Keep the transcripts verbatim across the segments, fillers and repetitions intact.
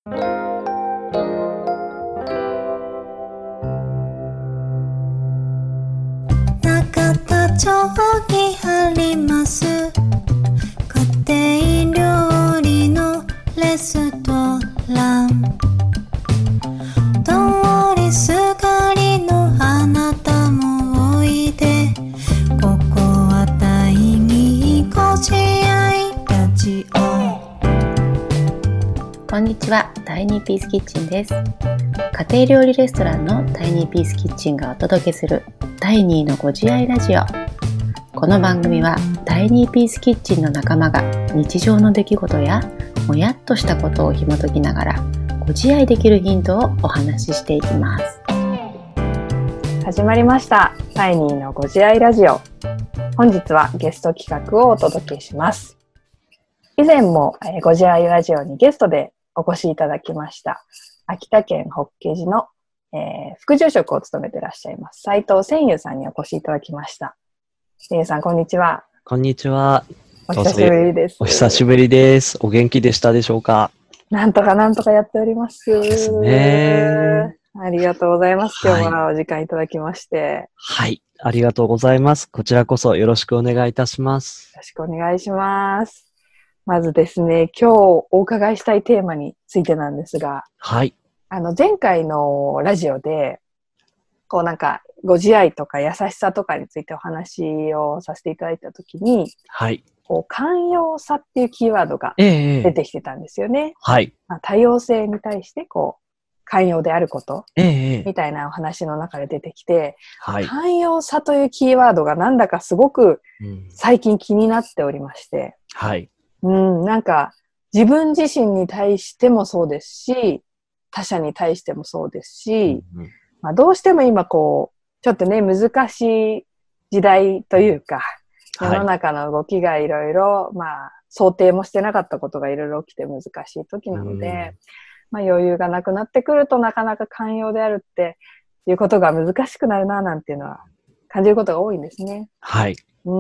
永田町にあります家庭料理のレストラン、通りすがりのあなたもおいで、ここは第二ご自愛ラジオ。 こんにちは、タイニーピースキッチンです。家庭料理レストランのタイニーピースキッチンがお届けする第二のご自愛ラジオ。この番組はタイニーピースキッチンの仲間が日常の出来事やもやっとしたことを紐解きながらご自愛できるヒントをお話ししていきます。 始まりました、タイニーのご自愛ラジオ。本日はゲスト企画をお届けします。以前もえご自愛ラジオにゲストでお越しいただきました秋田県法華寺の、えー、副住職を務めていらっしゃいます斉藤千優さんにお越しいただきました。千優さん、こんにちは。 こんにちは。 お久しぶりです。 お久しぶりです。お元気でしたでしょうか？ なんとかなんとかやっております。 ですね。 ありがとうございます。今日はお時間いただきまして。 はい。ありがとうございます。こちらこそよろしくお願いいたします。 よろしくお願いします。まずですね、今日お伺いしたいテーマについてなんですが、 はい。 あの前回のラジオで、こうなんかご自愛とか優しさとかについてお話をさせていただいたときに、 はい。 こう寛容さっていうキーワードがええ出てきてたんですよね。 はい。 まあ、多様性に対してこう寛容であることええみたいなお話の中で出てきて、 はい。 寛容さというキーワードがなんだかすごくうん最近気になっておりまして、 はい。 うん、なんか自分自身に対してもそうですし、他者に対してもそうですし、 うんうんまあ、どうしても今こう、ちょっとね、難しい時代というか、世の中の動きがいろいろ、まあ、想定もしてなかったことがいろいろ起きて難しい時なので、まあ余裕がなくなってくるとなかなか寛容であるっていうことが難しくなるな、なんていうのは感じることが多いんですね。 はい。 うん。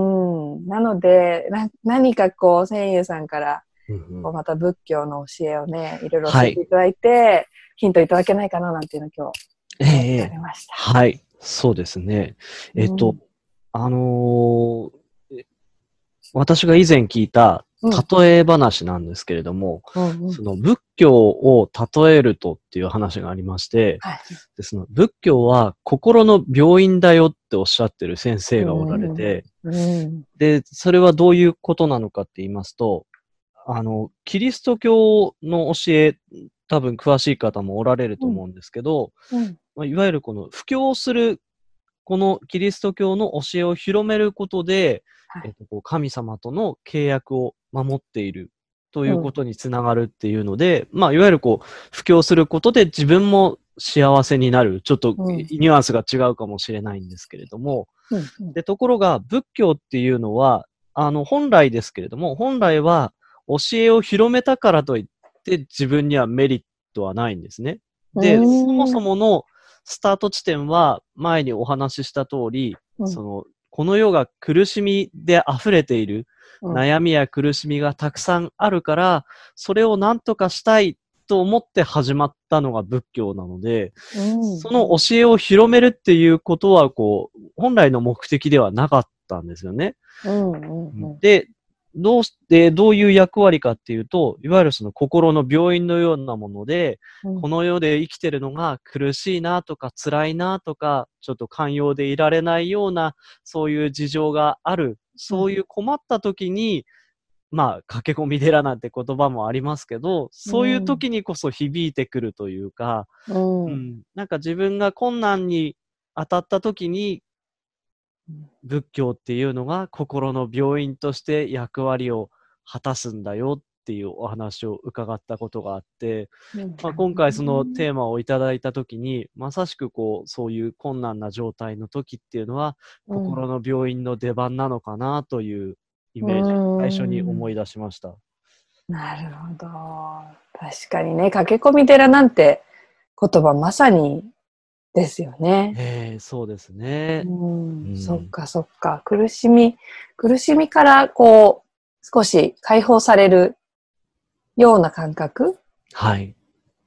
なので、な何かこう、千優さんから、 うんうんこうまた仏教の教えをね、いろいろ教えていただいて、ヒントいただけないかななんていうのを今日、 え思っておえりました。 はい。そうですね。えっと、 うんあのーえ私が以前聞いたうん例え話なんですけれども、 うんうん、 その仏教を例えるとっていう話がありまして、 はい。 でその仏教は心の病院だよっておっしゃってる先生がおられて、 うんうんで、それはどういうことなのかって言いますと、あの、キリスト教の教え、多分詳しい方もおられると思うんですけど、 うんまあ、いわゆるこの布教する、このキリスト教の教えを広めることで、 はいえっと、こう神様との契約を守っているということにつながるっていうので、まあ、いわゆるこう、布教することで自分も幸せになる。ちょっとうんニュアンスが違うかもしれないんですけれども、 うんうんで、ところが仏教っていうのは、あの、本来ですけれども、本来は教えを広めたからといって自分にはメリットはないんですね。で、 うーんそもそものスタート地点は前にお話しした通り、 うんその、この世が苦しみで溢れている、 うん悩みや苦しみがたくさんあるから、それを何とかしたいと思って始まったのが仏教なので、 うんその教えを広めるっていうことは、こう、本来の目的ではなかったんですよね。 うんうんうんで、どうして、どういう役割かっていうと、いわゆるその心の病院のようなもので、 うんこの世で生きてるのが苦しいなとか辛いなとか、ちょっと寛容でいられないような、そういう事情がある。そういう困った時に、まあ、駆け込み寺なんて言葉もありますけど、そういう時にこそ響いてくるというか、 うんうん、なんか自分が困難に当たった時に、仏教っていうのが心の病院として役割を果たすんだよっていうお話を伺ったことがあって、 うんまあ、今回そのテーマをいただいた時に、まさしくこう、そういう困難な状態の時っていうのは、 うん心の病院の出番なのかなというイメージを最初に思い出しました。 なるほど。確かにね、駆け込み寺なんて言葉まさにですよね。 ええ、そうですね。 うんうんそっかそっか。苦しみ、苦しみからこう、少し解放されるような感覚はい。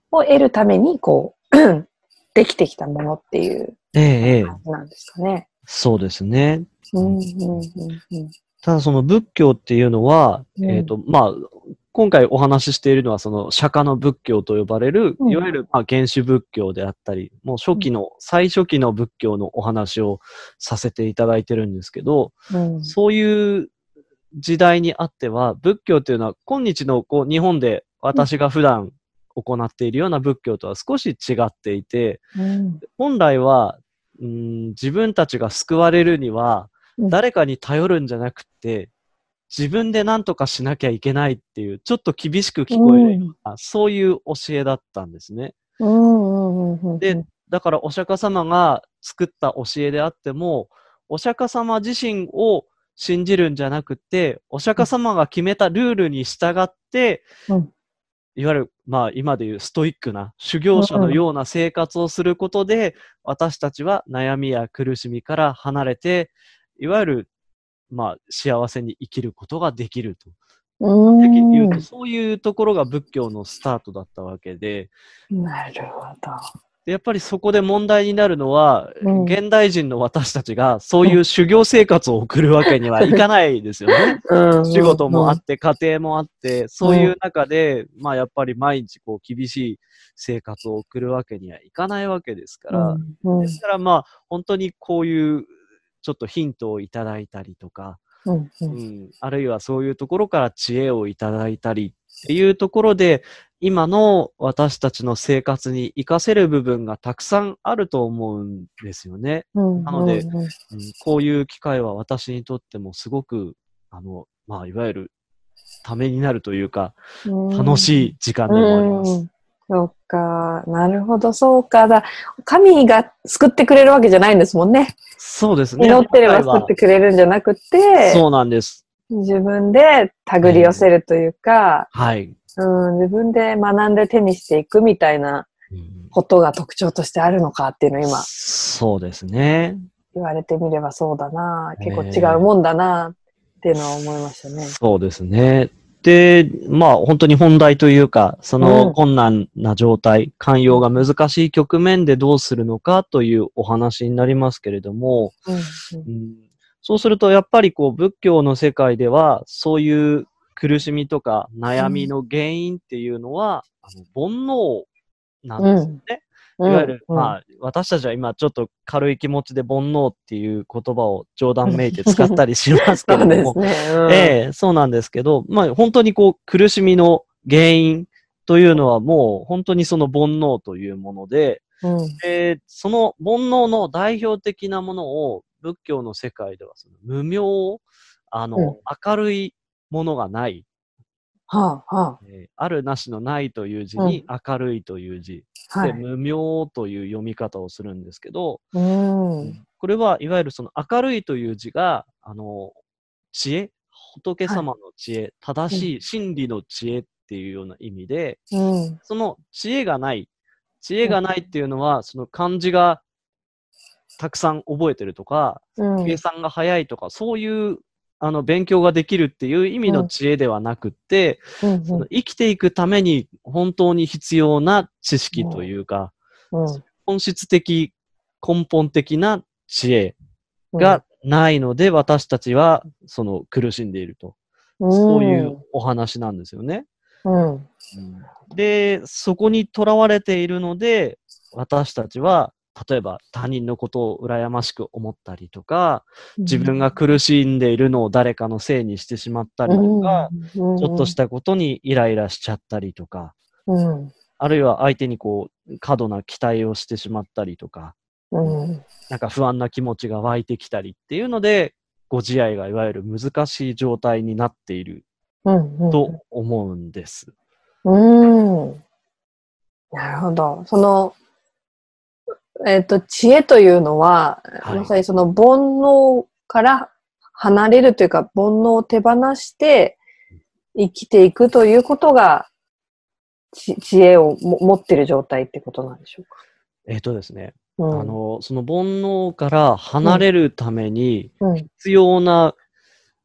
を得るために、こう、できてきたものっていうええ、ええ。 感じなんですかね。 そうですね。 うんうんうんうんただその仏教っていうのは、 うんえっと、まあ、今回お話ししているのはその釈迦の仏教と呼ばれる、 うんいわゆるまあ原始仏教であったり、もう初期の、最初期の仏教のお話をさせていただいてるんですけど、 うんそういう時代にあっては、仏教っていうのは今日のこう日本で私が普段行っているような仏教とは少し違っていて、 うん本来は、うん、自分たちが救われるには、 うん誰かに頼るんじゃなくて、自分で何とかしなきゃいけないっていう、ちょっと厳しく聞こえるような、そういう教えだったんですね。 うんうんうんうんで、だからお釈迦様が作った教えであっても、お釈迦様自身を信じるんじゃなくて、お釈迦様が決めたルールに従って、 うんいわゆる、まあ今でいうストイックな修行者のような生活をすることで、私たちは悩みや苦しみから離れて、いわゆる、まあ幸せに生きることができると。 うん的に言うと、そういうところが仏教のスタートだったわけで、 なるほど。 でやっぱりそこで問題になるのは、 うん現代人の私たちがそういう修行生活を送るわけにはいかないですよね。 うん仕事もあっって、家庭もあって、そういう中で、まあやっぱり毎日こう厳しい生活を送るわけにはいかないわけですから、 うんですからまあ本当にこういうちょっとヒントをいただいたりとか、 うんううんん、あるいはそういうところから知恵をいただいたりっていうところで、今の私たちの生活に活かせる部分がたくさんあると思うんですよね。 うんなのでうんうん、こういう機会は私にとってもすごく、あの、まあ、いわゆるためになるというか、 うん楽しい時間でもあります。 うんそうか。なるほど、そうか。だ神が救ってくれるわけじゃないんですもんね。 そうですね。 祈ってれば今回は救ってくれるんじゃなくて、 そうなんです。 自分で手繰り寄せるというか、 はい。 うん、自分で学んで手にしていくみたいなうんことが特徴としてあるのかっていうのを今そうですね。 言われてみればそうだな。結構え違うもんだなっていうのは思いましたね。 そうですね。で、まあ本当に本題というか、その困難な状態、寛容が難しい局面でどうするのかというお話になりますけれども、 うんうんそうするとやっぱりこう仏教の世界ではそういう苦しみとか悩みの原因っていうのは、あの煩悩なんですよね。 うんいわゆる、 うんまあ、私たちは今ちょっと軽い気持ちで煩悩っていう言葉を冗談めいて使ったりしますけそうでれども、 すね。うんええそうなんですけど、まあ本当にこう苦しみの原因というのはもう本当にその煩悩というもので、 うんでその煩悩の代表的なものを仏教の世界ではその無明、あの、 うん明るいものがない、 はあ、はえーあるなしのないという字に明るいという字、 あ、はで、 い。 無明という読み方をするんですけど、 うん。 これはいわゆるその明るいという字が、あの、知恵、仏様の知恵、正しい真理の知恵っていうような意味で、 うん。 その知恵がない、知恵がないっていうのは、その漢字がたくさん覚えてるとか、 うん。 計算が早いとか、そういうあの勉強ができるっていう意味の知恵ではなくって、 うん。 その生きていくために本当に必要な知識というか、 うん。 本質的、根本的な知恵がないので、私たちはその苦しんでいると。そういうお話なんですよね。 うん。 で、そこにとらわれているので、私たちは、例えば他人のことを羨ましく思ったりとか、自分が苦しんでいるのを誰かのせいにしてしまったりとか、ちょっとしたことにイライラしちゃったりとか、 うん。 あるいは相手にこう、過度な期待をしてしまったりとか、 うん。 なんか不安な気持ちが湧いてきたりっていうので、ご自愛がいわゆる難しい状態になっているうん。 と思うんです。 うん。なるほど。その、えっと、知恵というのは、 はいまさにその煩悩から離れるというか、煩悩を手放して生きていくということが、ち知恵をも持っている状態ってことなんでしょうか。 えっとですね、 うん、 あの、その煩悩から離れるためにうん、 必要な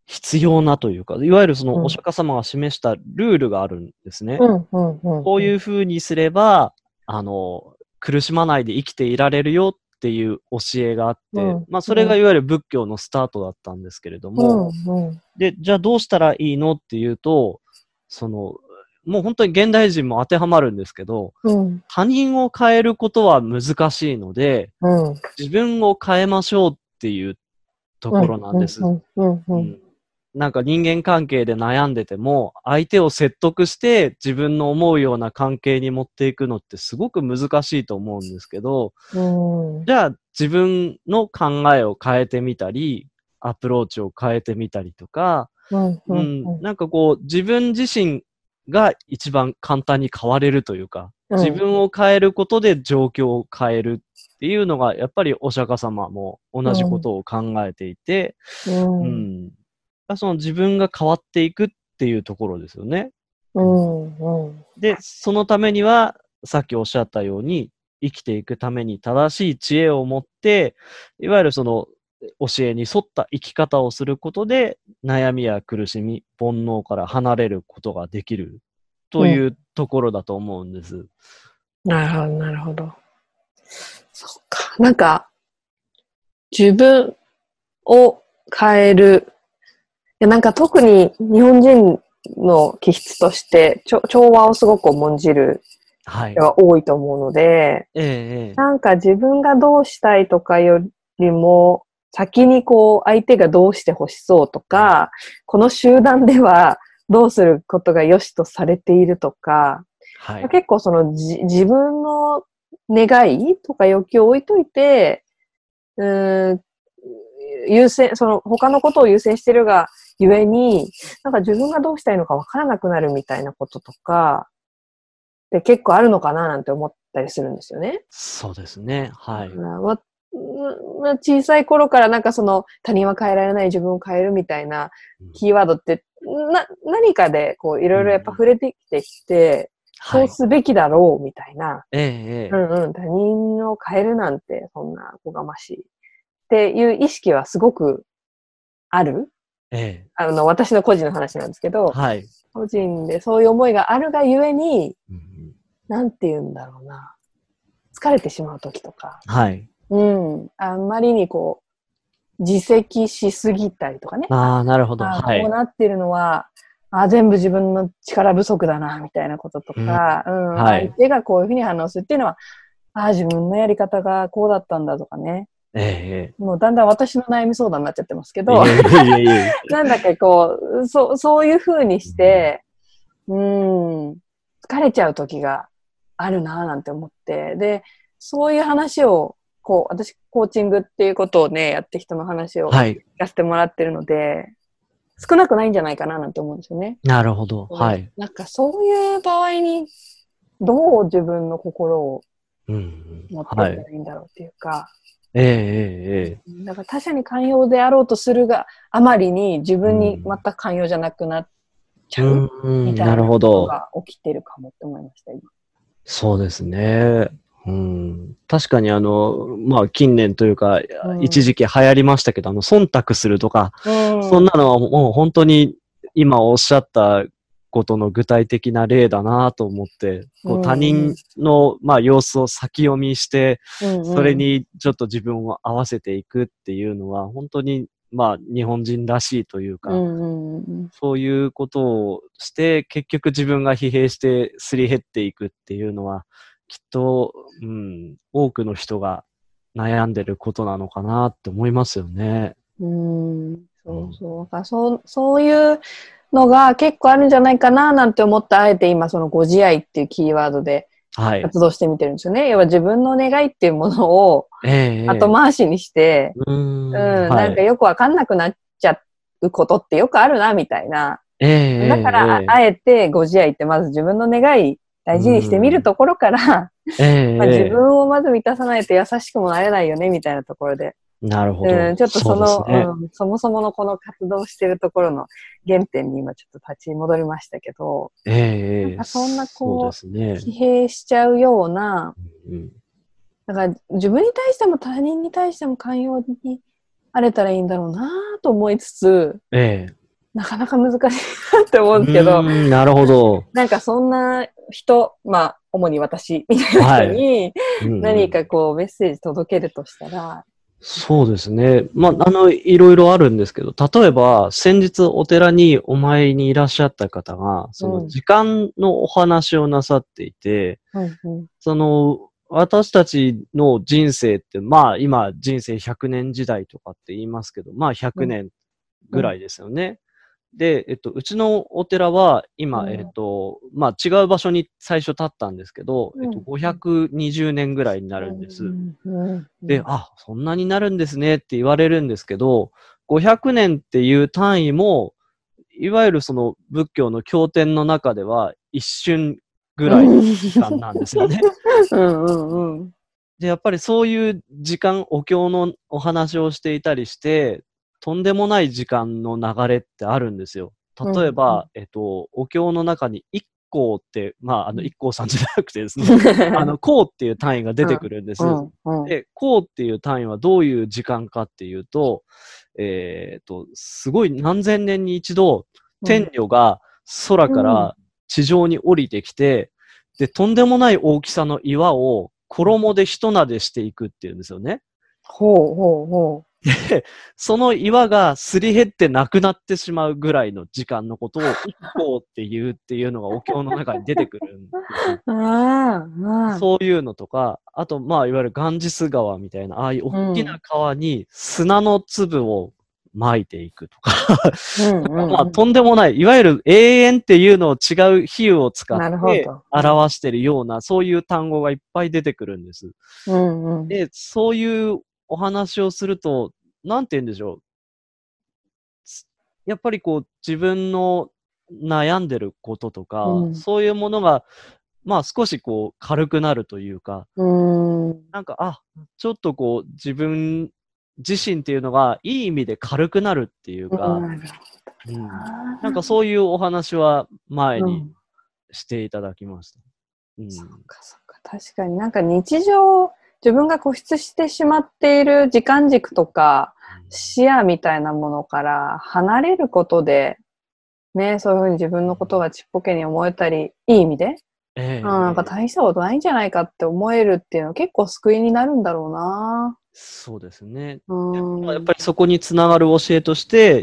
必要なというか、いわゆるそのうんお釈迦様が示したルールがあるんですね。 うんうんうん。 こういう風にすれば、あの、苦しまないで生きていられるよっていう教えがあって、 うんまあそれがいわゆる仏教のスタートだったんですけれどうも、 んうんで、じゃあどうしたらいいのっていうと、その、もう本当に現代人も当てはまるんですけど、 うん他人を変えることは難しいので、 うん自分を変えましょうっていうところなんです。 うんうんううんんなんか人間関係で悩んでても、相手を説得して自分の思うような関係に持っていくのってすごく難しいと思うんですけど、 うんじゃあ自分の考えを変えてみたり、アプローチを変えてみたりとか、 うんううんん、なんかこう自分自身が一番簡単に変われるというか、 うん自分を変えることで状況を変えるっていうのが、やっぱりお釈迦様も同じことを考えていて、 うんううんん。その自分が変わっていくっていうところですよね。 うんうんで、そのためには、さっきおっしゃったように、生きていくために正しい知恵を持って、いわゆるその教えに沿った生き方をすることで、悩みや苦しみ、煩悩から離れることができるというところだと思うんです。 なるほど、なるほど。そっか。なんか、自分を変える。いやなんか特に日本人の気質としてちょ調和をすごく重んじるはい。 人が多いと思うので、 ええ、ええ。 なんか自分がどうしたいとかよりも、先にこう相手がどうして欲しそうとか、この集団ではどうすることが良しとされているとか、 はい。 結構そのじ自分の願いとか欲求を置いといて、うーん優先、その他のことを優先してるがゆえに、なんか自分がどうしたいのかわからなくなるみたいなこととか、って結構あるのかななんて思ったりするんですよね。 そうですね。はい。 まあまあ小さい頃からなんかその他人は変えられない自分を変えるみたいなキーワードってな何かでこういろいろやっぱ触れてきてきて、そうはい。 すべきだろうみたいな、 ええ、ええ。 うんうん、他人を変えるなんてそんなおこがましいっていう意識はすごくある。 ええ。 あの私の個人の話なんですけど、 はい。 個人でそういう思いがあるがゆえに、 うんうん、 なんて言うんだろうな、疲れてしまう時とか、 はい。 うん、あんまりにこう自責しすぎたりとかね。 ああ、なるほど。 あはい。 こうなってるのは、あ全部自分の力不足だな、みたいなこととか、 ううんはい相手がこういうふうに反応するっていうのは、あ自分のやり方がこうだったんだとかね。 ええ、 もうだんだん私の悩み相談になっちゃってますけええ。 ど、 いえいえいえ。 なんだかこう、そう、そういうふうにして、うん、疲れちゃう時があるなぁなんて思って、で、そういう話を、こう、私、コーチングっていうことをね、やって人の話をはい。 聞かせてもらってるので、少なくないんじゃないかななんて思うんですよね。 なるほど。はい。 なんかそういう場合に、どう自分の心をうん。 持っていはい。 ったらいいんだろうっていうか、 ええ、ええ、えだから他者に寛容であろうとするがあまりに自分に全く寛容じゃなくなっちえ。 ゃううん、 みたないるなことほど。 が起きてるかもって思いました、今。 そうですね。うん、確かにあの、まあ近年というか、 うん一時期流行りましたけど、あの、忖度するとか、 うん、 そんなのはもう本当に今おっしゃったことの具体的な例だなと思って、こうんう他人の、まあ、様子を先読みして、 うんうん、 それにちょっと自分を合わせていくっていうのは、本当に、まあ、日本人らしいというか、 うんうんうん、 そういうことをして、結局自分が疲弊してすり減っていくっていうのは、きっと、うん、多くの人が悩んでることなのかなって思いますよね。 うん、そうそう。だからそう、そういうのが結構あるんじゃないかななんて思って、あえて今そのご自愛っていうキーワードではい。 活動してみてるんですよね。要は自分の願いっていうものをええ後回しにして、 うーん、 うん、 はなんかい。 よくわかんなくなっちゃうことってよくあるな、みたいな。 ええだからあ、 ええあえてご自愛ってまず自分の願い大事にしてみるところから、 ええまあ、自ええ分をまず満たさないと優しくもなれないよね、みたいなところで。 なるほど。 うん、ちょっとそのそうですね。 うん、そもそものこの活動してるところの原点に今ちょっと立ち戻りましたけど、 ええなんかそんなそうこですね。 う、疲弊しちゃうような、 うん、 だから自分に対しても他人に対しても寛容にあれたらいいんだろうなと思いつつ、 ええ。 なかなか難しいなって思うんですけど、 うーん、なるほど。 なんかそんな人、まあ、主に私みたいな人にうんうん何かこうメッセージ届けるとしたら、 そうですね。まあ、あの、いろいろあるんですけど、例えば、先日お寺にお参りにいらっしゃった方が、その時間のお話をなさっていて、 うんうん、 その、私たちの人生って、まあ、今、人生ひゃくねん時代とかって言いますけど、まあ、ひゃくねんぐらいですよね。で、えっと、うちのお寺は今、 うんえっと、まあ、違う場所に最初立ったんですけど、 うんえっと、ごひゃくにじゅうねんぐらいになるんです。で、あ、そんなになるんですねって言われるんですけど、ごひゃくねんっていう単位も、いわゆるその仏教の経典の中では一瞬ぐらいの時間なんですよね。 うんうんうん。 で、やっぱりそういう時間、お経のお話をしていたりして、とんでもない時間の流れってあるんですよ。例えば、えっと、お経の中に一光って、まあ、あの、一光さんじゃなくてですね、あの、光っていう単位が出てくるんです。 うんうん、 で、光っていう単位はどういう時間かっていうと、えっと、すごい何千年に一度、天女が空から地上に降りてきて、で、とんでもない大きさの岩を衣で一撫でしていくっていうんですよね。 ほうほうほう。 で、その岩がすり減ってなくなってしまうぐらいの時間のことを一光っていうっていうのがお経の中に出てくるんですよ。 ああ、 そういうのとか、あと、まあ、いわゆるガンジス川みたいな、ああいう大きな川に砂の粒を撒いていくとか、 うんうんうん、 まあ、とんでもない、いわゆる永遠っていうのを違う比喩を使って表しているような、そういう単語がいっぱい出てくるんです。 うんうん、 で、そういうお話をすると、なんて言うんでしょう。やっぱりこう、自分の悩んでることとか、うん、そういうものが、まあ少しこう、軽くなるというか、 うん、 なんか、あ、ちょっとこう、自分自身っていうのが、いい意味で軽くなるっていうか、うん、なんかそういうお話は前にしていただきました。 うんうん、そっかそっか。確かになんか日常、自分が固執してしまっている時間軸とか視野みたいなものから離れることで、ね、そういうふうに自分のことがちっぽけに思えたり、いい意味で、えー、あなんか大したことないんじゃないかって思えるっていうのは結構救いになるんだろうな。 そうですね。うんやっぱりそこにつながる教えとして、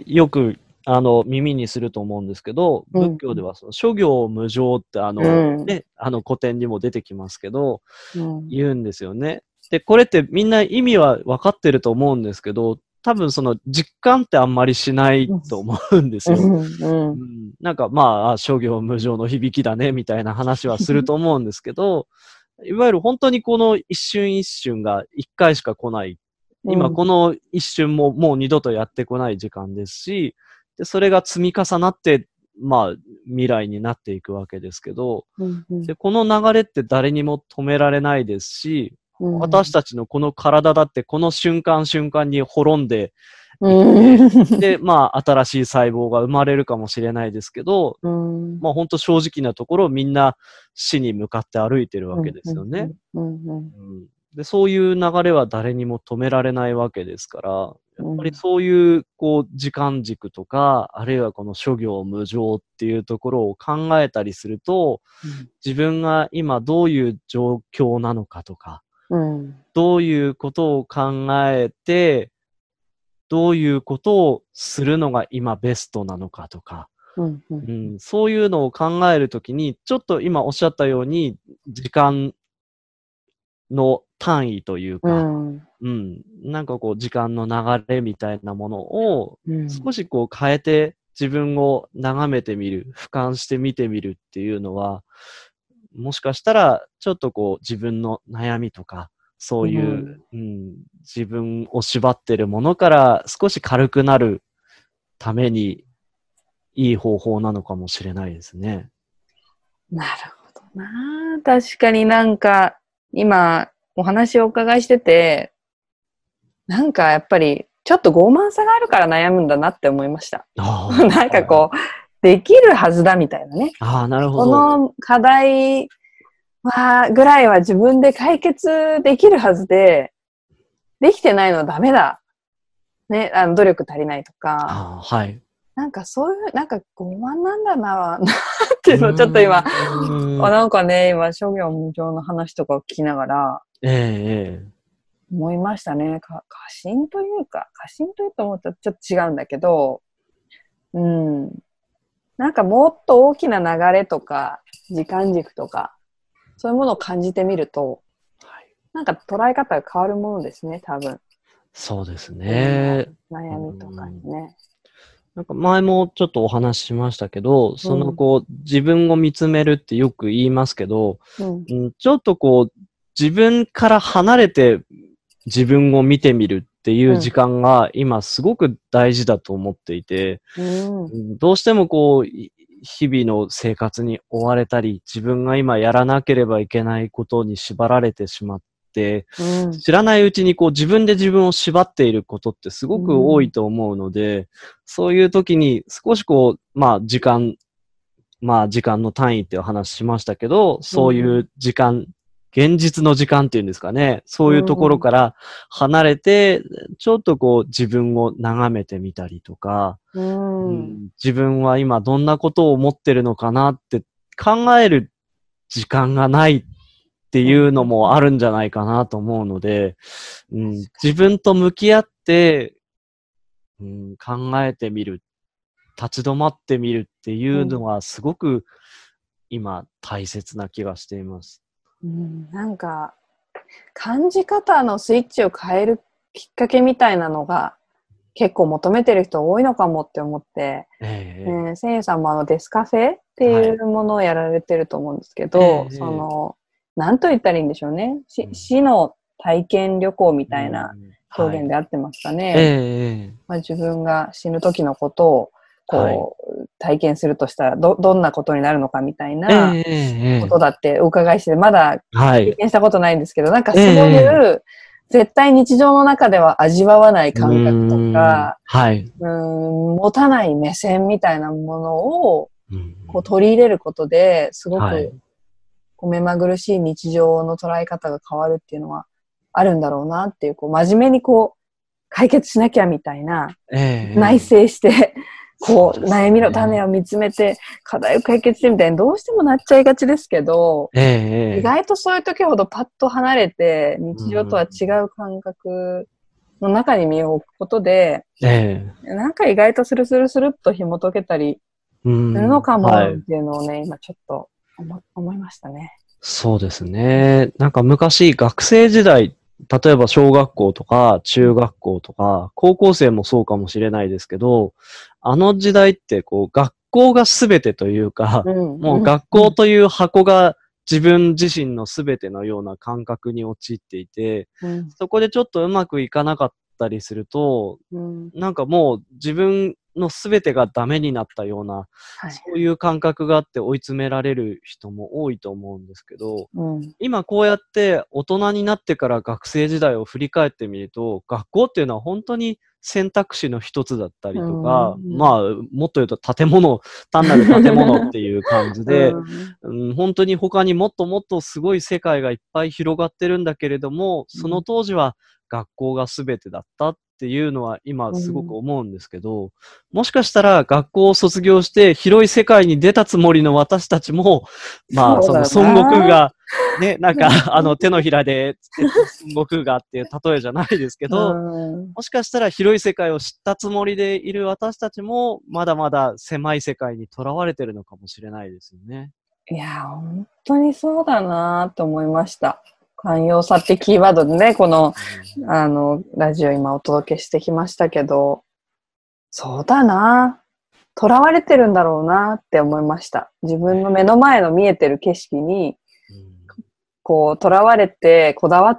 よくあの耳にすると思うんですけど、仏教ではその諸行無常ってあの、うん、ね、あの古典にも出てきますけど、うん、言うんですよね。で、これってみんな意味は分かってると思うんですけど、多分その実感ってあんまりしないと思うんですよ。うんうんうん、なんかまあ、諸行無常の響きだねみたいな話はすると思うんですけど、いわゆる本当にこの一瞬一瞬が一回しか来ない。今この一瞬ももう二度とやってこない時間ですし、でそれが積み重なって、まあ未来になっていくわけですけど、うんうん、でこの流れって誰にも止められないですし、うん、私たちのこの体だってこの瞬間瞬間に滅んで、うん、で、まあ新しい細胞が生まれるかもしれないですけど、うん、まあ本当正直なところみんな死に向かって歩いてるわけですよね。で、そういう流れは誰にも止められないわけですから、やっぱりそういうこう時間軸とか、あるいはこの諸行無常っていうところを考えたりすると、うん、自分が今どういう状況なのかとか、うん、どういうことを考えて、どういうことをするのが今ベストなのかとか、うんうんうん、そういうのを考えるときに、ちょっと今おっしゃったように、時間の単位というか、うんうん、なんかこう時間の流れみたいなものを少しこう変えて自分を眺めてみる、俯瞰して見てみるっていうのは、もしかしたらちょっとこう自分の悩みとか、そういう、うんうん、自分を縛ってるものから少し軽くなるためにいい方法なのかもしれないですね。 なるほどな。確かになんか今お話をお伺いしてて、なんかやっぱりちょっと傲慢さがあるから悩むんだなって思いました。なんかこう、できるはずだみたいなね。 ああ、なるほど。 この課題は、ぐらいは自分で解決できるはずで、できてないのはダメだね、あの努力足りないとか、 あはい。 なんかそういう、なんか傲慢なんだな、っていうのをちょっと今、あなんかね、今、諸行無常の話とかを聞きながら、 ええええ思いましたね。か過信というか、過信というと思うとちょっと違うんだけど、うん。なんかもっと大きな流れとか、時間軸とか、そういうものを感じてみると、 はい、 なんか捉え方が変わるものですね、多分。 そうですね。 悩みとかにね。 なんか前もちょっとお話ししましたけど、そのうんこう、自分を見つめるってよく言いますけど、 うんうん、ちょっとこう、自分から離れて自分を見てみるっていう時間が今すごく大事だと思っていて、 うんうんどうしてもこう、い日々の生活に追われたり、自分が今やらなければいけないことに縛られてしまって、 うん知らないうちにこう自分で自分を縛っていることってすごく多いと思うので、そういう時に少しこう、まあ時間、まあ時間の単位ってお話ししましたけど、そういう時間、現実の時間っていうんですかね、そういうところから離れて、ちょっとこう自分を眺めてみたりとか、 うんうん、自分は今どんなことを思ってるのかなって考える時間がないっていうのもあるんじゃないかなと思うので、うん、自分と向き合って、うん、考えてみる、立ち止まってみるっていうのはすごく今大切な気がしています。 うん、なんか感じ方のスイッチを変えるきっかけみたいなのが結構求めてる人多いのかもって思って、 ええね、せんゆさんもあのデスカフェっていうものをやられてると思うんですけど、 ええその何と言ったらいいんでしょうね、し死の体験旅行みたいな表現で合ってますかね、 はい、ええまあ、自分が死ぬ時のことをこう、 はい、 体験するとしたら ど, どんなことになるのかみたいなええことだってお伺いして、まだはい経験したことないんですけど、なんかそういう、絶対日常の中では味わわない感覚とか、 はい、 うーん持たない目線みたいなものをうんこう取り入れることですごはいくこう目まぐるしい日常の捉え方が変わるっていうのはあるんだろうなっていう、こう真面目にこう解決しなきゃみたいな、 ええ内省してこう、 うね、 悩みの種を見つめて課題を解決してみたいにどうしてもなっちゃいがちですけど、 ええ意外とそういう時ほどパッと離れて日常とは違う感覚の中に身を置くことで、 ええなんか意外とスルスルスルっと紐解けたりするのかもはいっていうのをね、今ちょっと 思, 思いましたね。 そうですね。なんか昔学生時代、例えば小学校とか中学校とか高校生もそうかもしれないですけど、あの時代ってこう学校が全てというか、 うん、 もう学校という箱が自分自身の全てのような感覚に陥っていて、 うん、 そこでちょっとうまくいかなかったりすると、 うん、 なんかもう自分の全てがダメになったような、 はい、 そういう感覚があって追い詰められる人も多いと思うんですけど、 うん、 今こうやって大人になってから学生時代を振り返ってみると、学校っていうのは本当に選択肢の一つだったりとか、 うん、 まあ、もっと言うと建物、単なる建物っていう感じで、 うんうん、本当に他にもっともっとすごい世界がいっぱい広がってるんだけれども、その当時は学校が全てだったっていうのは今すごく思うんですけど、もしかしたら学校を卒業して広い世界に出たつもりの私たちも、まあその孫悟空が、ね、なんかあの手のひらで孫悟空がっていう例えじゃないですけど、もしかしたら広い世界を知ったつもりでいる私たちもまだまだ狭い世界にとらわれてるのかもしれないですよね。 いや、本当にそうだなと思いました。寛容さってキーワードでね、この、うん、あの、ラジオ今お届けしてきましたけど、そうだな囚われてるんだろうなって思いました。自分の目の前の見えてる景色に、こう、囚われて、こだわって、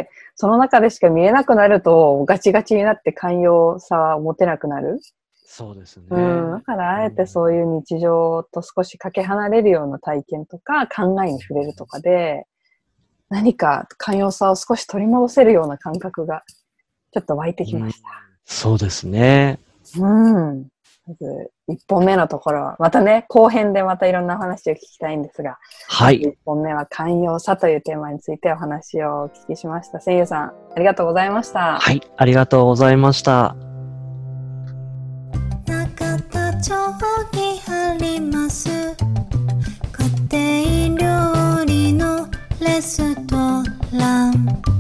その中でしか見えなくなると、ガチガチになって寛容さは持てなくなる。 そうですね。 うん。だからあえてそういう日常と少しかけ離れるような体験とか考えに触れるとかで、何か寛容さを少し取り戻せるような感覚がちょっと湧いてきました。 うん、そうですね。 うん。まず一本目のところは、またね、後編でまたいろんな話を聞きたいんですが、 はい。 一本目は寛容さというテーマについてお話をお聞きしました。せんゆうさん、ありがとうございました。 はい、ありがとうございました。 町にあります家庭料理のレストラン